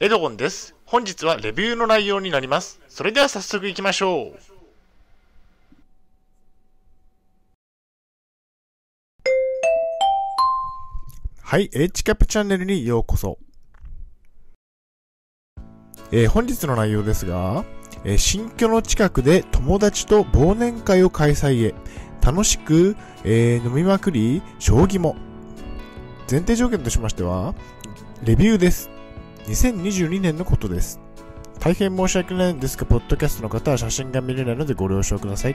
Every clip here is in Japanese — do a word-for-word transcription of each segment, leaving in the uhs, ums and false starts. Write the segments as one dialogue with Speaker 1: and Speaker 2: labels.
Speaker 1: エドゴンです。本日はレビューの内容になります。それでは早速行きましょう。
Speaker 2: はい、H キャップチャンネルにようこそ。えー、本日の内容ですが、えー、新居の近くで友達と忘年会を開催へ、楽しく、えー、飲みまくり、将棋も。前提条件としましては、レビューです。にせんにじゅうにねんのことです。大変申し訳ないんですが、ポッドキャストの方は写真が見れないのでご了承ください。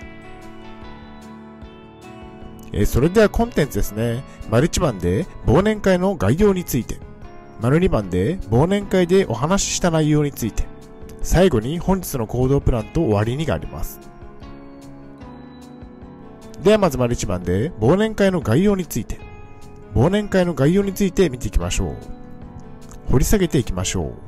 Speaker 2: えー、それではコンテンツですね。丸いちばんで忘年会の概要について。丸にばんで忘年会でお話しした内容について。最後に本日の行動プランと終わりにがあります。ではまず丸いちばんで忘年会の概要について。忘年会の概要について見ていきましょう。掘り下げていきましょう。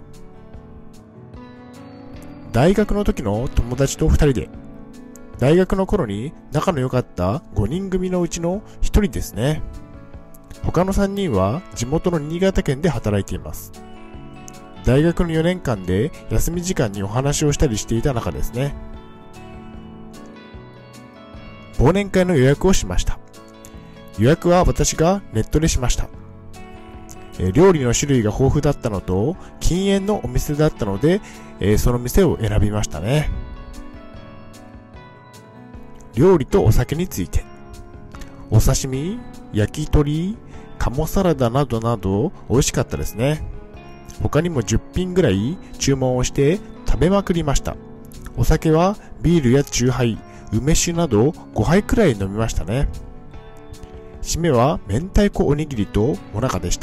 Speaker 2: 大学の時の友達とふたりで、大学の頃に仲の良かったごにん組のうちのひとりですね。他のさんにんは地元の新潟県で働いています。大学のよねんかんで休み時間にお話をしたりしていた仲ですね。忘年会の予約をしました。予約は私がネットでしました。え料理の種類が豊富だったのと禁煙のお店だったので、えー、その店を選びましたね。料理とお酒について、お刺身、焼き鳥、鴨サラダなどなど美味しかったですね。他にもじゅっぴんぐらい注文をして食べまくりました。お酒はビールやチューハイ、梅酒などごはいくらい飲みましたね。締めは明太子おにぎりともなかでした。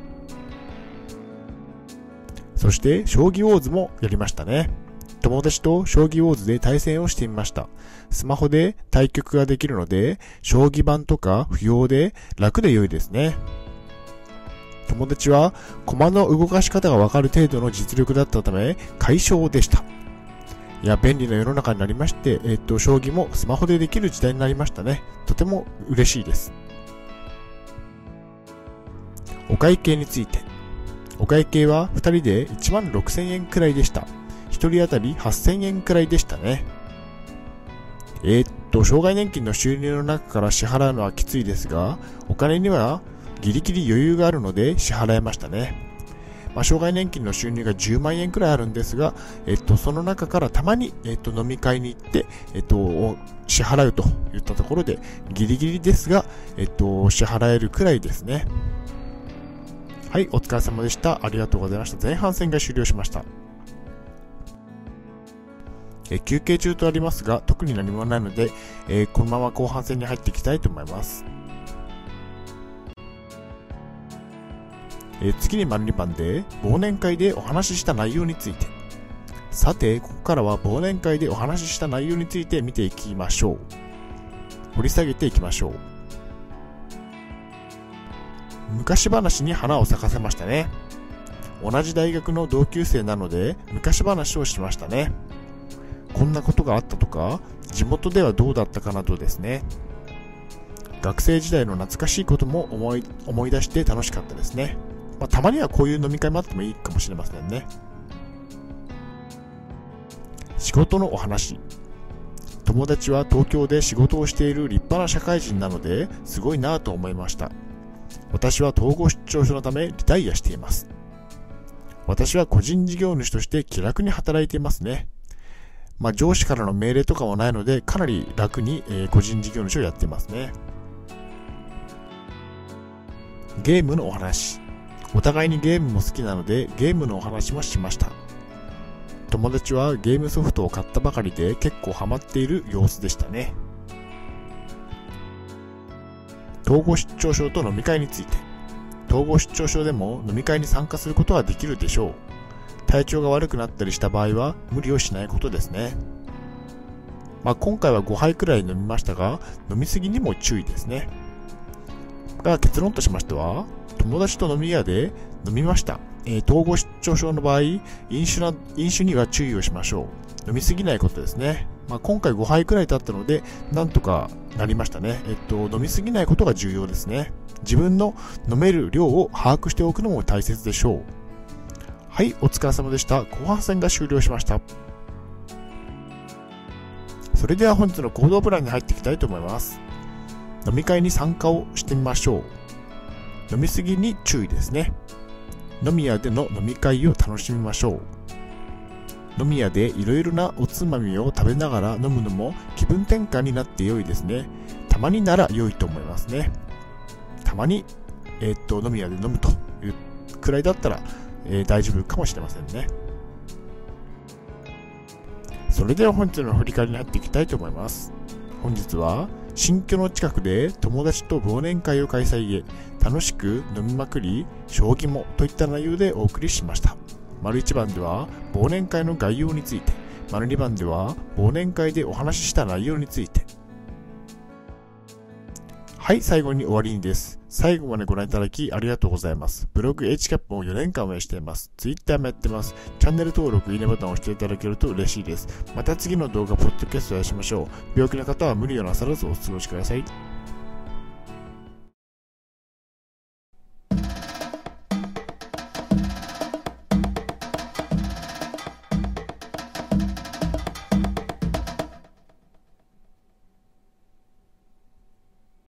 Speaker 2: そして将棋ウォーズもやりましたね。友達と将棋ウォーズで対戦をしてみました。スマホで対局ができるので、将棋盤とか不要で楽で良いですね。友達は駒の動かし方がわかる程度の実力だったため、快勝でした。いや、便利な世の中になりまして、えっと、将棋もスマホでできる時代になりましたね。とても嬉しいです。お会計について。お会計はふたりでいちまんろくせんえんくらいでした。ひとり当たりはっせんえんくらいでしたね。えー、っと、障害年金の収入の中から支払うのはきついですが、お金にはギリギリ余裕があるので支払えましたね。まあ、障害年金の収入がじゅうまんえんくらいあるんですが、えっと、その中からたまに、えっと、飲み会に行って、えっと、支払うといったところで、ギリギリですが、えっと、支払えるくらいですね。はい、お疲れ様でした。ありがとうございました。前半戦が終了しました。え休憩中とありますが、特に何もないので、えー、このまま後半戦に入っていきたいと思います。えー、次に丸にばんで忘年会でお話しした内容について。さて、ここからは忘年会でお話しした内容について見ていきましょう。掘り下げていきましょう。昔話に花を咲かせましたね。同じ大学の同級生なので昔話をしましたね。こんなことがあったとか、地元ではどうだったかなどですね。学生時代の懐かしいことも思い、思い出して楽しかったですね。まあ、たまにはこういう飲み会もあってもいいかもしれませんね。仕事のお話。友達は東京で仕事をしている立派な社会人なので、すごいなぁと思いました。私は統合失調症のためリタイアしています。私は個人事業主として気楽に働いていますね。まあ、上司からの命令とかもないので、かなり楽に、えー、個人事業主をやっていますね。ゲームのお話。お互いにゲームも好きなので、ゲームのお話もしました。友達はゲームソフトを買ったばかりで結構ハマっている様子でしたね。統合失調症と飲み会について。統合失調症でも飲み会に参加することはできるでしょう。体調が悪くなったりした場合は無理をしないことですね。まあ、今回はごはいくらい飲みましたが、飲みすぎにも注意ですね。だから結論としましては、友達と飲み屋で飲みました。えー、統合失調症の場合、飲酒な、飲酒には注意をしましょう。飲みすぎないことですね。まあ、今回ごはいくらい経ったので、なんとかなりましたね。えっと、飲みすぎないことが重要ですね。自分の飲める量を把握しておくのも大切でしょう。 はい、お疲れ様でした。後半戦が終了しました。それでは本日の行動プランに入っていきたいと思います。飲み会に参加をしてみましょう。飲みすぎに注意ですね。飲み屋での飲み会を楽しみましょう。飲み屋でいろいろなおつまみを食べながら飲むのも気分転換になって良いですね。たまになら良いと思いますね。たまに、えー、っと飲み屋で飲むというくらいだったら、えー、大丈夫かもしれませんね。それでは本日の振り返りに入っていきたいと思います。本日は新居の近くで友達と忘年会を開催へ、楽しく飲みまくり将棋もといった内容でお送りしました。丸いちばんでは忘年会の概要について、丸にばんでは忘年会でお話しした内容について。はい、最後に終わりにです。最後までご覧いただきありがとうございます。ブログ エイチキャップ をよねんかん運営しています。Twitter もやってます。チャンネル登録、いいねボタンを押していただけると嬉しいです。また次の動画、ポッドキャストをお会いしましょう。病気の方は無理をなさらずお過ごしください。